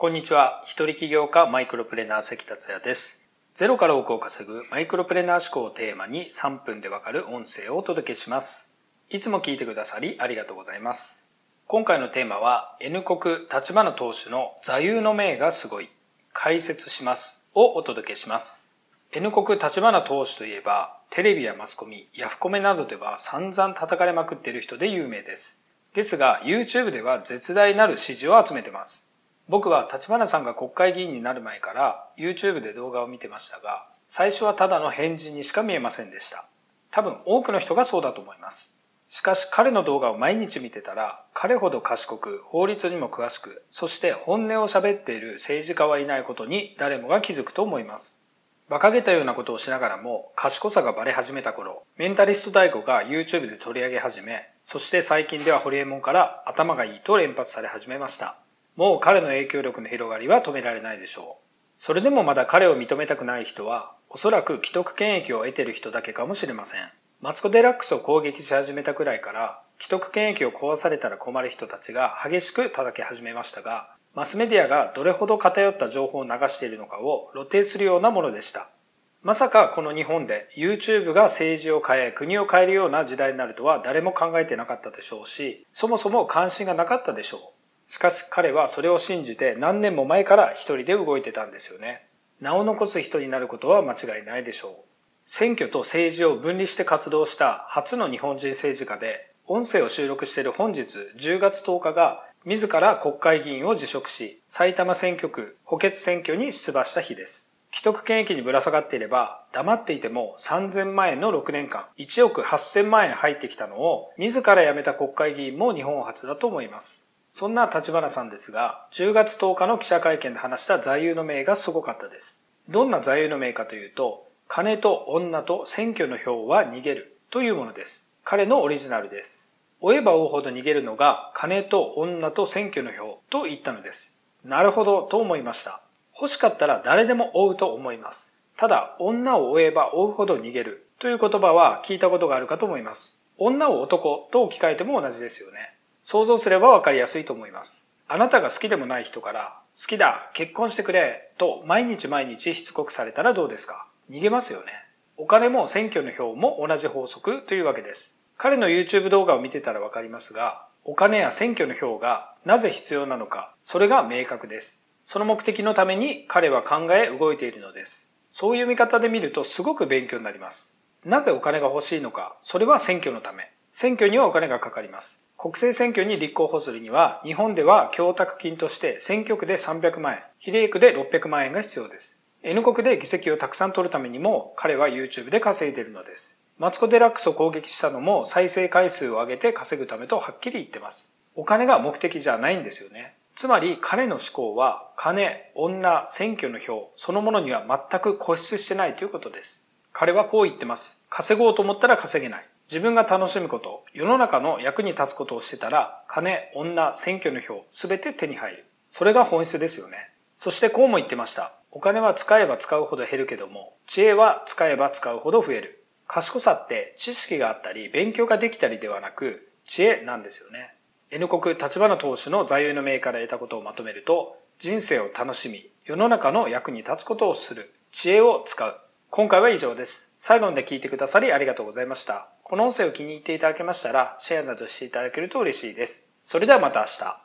こんにちは。一人起業家マイクロプレーナー関達也です。ゼロから億を稼ぐマイクロプレーナー思考をテーマに3分でわかる音声をお届けします。いつも聞いてくださりありがとうございます。今回のテーマは N 国立花投手の座右の銘がすごい解説しますをお届けします。N 国立花投手といえばテレビやマスコミ、ヤフコメなどでは散々叩かれまくっている人で有名です。ですが YouTube では絶大なる支持を集めています。僕は立花さんが国会議員になる前から YouTube で動画を見てましたが、最初はただの変人にしか見えませんでした。多分多くの人がそうだと思います。しかし彼の動画を毎日見てたら、彼ほど賢く、法律にも詳しく、そして本音を喋っている政治家はいないことに誰もが気づくと思います。馬鹿げたようなことをしながらも賢さがバレ始めた頃、メンタリスト大悟が YouTube で取り上げ始め、そして最近ではホリエモンから頭がいいと連発され始めました。もう彼の影響力の広がりは止められないでしょう。それでもまだ彼を認めたくない人は、おそらく既得権益を得ている人だけかもしれません。マツコ・デラックスを攻撃し始めたくらいから、既得権益を壊されたら困る人たちが激しく叩き始めましたが、マスメディアがどれほど偏った情報を流しているのかを露呈するようなものでした。まさかこの日本で YouTube が政治を変え、国を変えるような時代になるとは誰も考えてなかったでしょうし、そもそも関心がなかったでしょう。しかし彼はそれを信じて何年も前から一人で動いてたんですよね。名を残す人になることは間違いないでしょう。選挙と政治を分離して活動した初の日本人政治家で、音声を収録している本日10月10日が自ら国会議員を辞職し、埼玉選挙区補欠選挙に出馬した日です。既得権益にぶら下がっていれば、黙っていても3000万円の6年間、1億8000万円入ってきたのを自ら辞めた国会議員も日本初だと思います。そんな立花さんですが、10月10日の記者会見で話した座右の銘がすごかったです。どんな座右の銘かというと、金と女と選挙の票は逃げるというものです。彼のオリジナルです。追えば追うほど逃げるのが金と女と選挙の票と言ったのです。なるほどと思いました。欲しかったら誰でも追うと思います。ただ、女を追えば追うほど逃げるという言葉は聞いたことがあるかと思います。女を男と置き換えても同じですよね。想像すればわかりやすいと思います。あなたが好きでもない人から、好きだ、結婚してくれ、と毎日しつこくされたらどうですか？逃げますよね。お金も選挙の票も同じ法則というわけです。彼の YouTube 動画を見てたらわかりますが、お金や選挙の票がなぜ必要なのか、それが明確です。その目的のために彼は考え動いているのです。そういう見方で見るとすごく勉強になります。なぜお金が欲しいのか、それは選挙のため。選挙にはお金がかかります。国政選挙に立候補するには、日本では供託金として選挙区で300万円、比例区で600万円が必要です。N 国で議席をたくさん取るためにも、彼は YouTube で稼いでいるのです。マツコ・デラックスを攻撃したのも再生回数を上げて稼ぐためとはっきり言ってます。お金が目的じゃないんですよね。つまり彼の思考は、金、女、選挙の票、そのものには全く固執してないということです。彼はこう言ってます。稼ごうと思ったら稼げない。自分が楽しむこと、世の中の役に立つことをしてたら、金、女、選挙の票、すべて手に入る。それが本質ですよね。そしてこうも言ってました。お金は使えば使うほど減るけども、知恵は使えば使うほど増える。賢さって知識があったり、勉強ができたりではなく、知恵なんですよね。N 国立花投手の座右の銘から得たことをまとめると、人生を楽しみ、世の中の役に立つことをする、知恵を使う。今回は以上です。最後まで聞いてくださりありがとうございました。この音声を気に入っていただけましたら、シェアなどしていただけると嬉しいです。それではまた明日。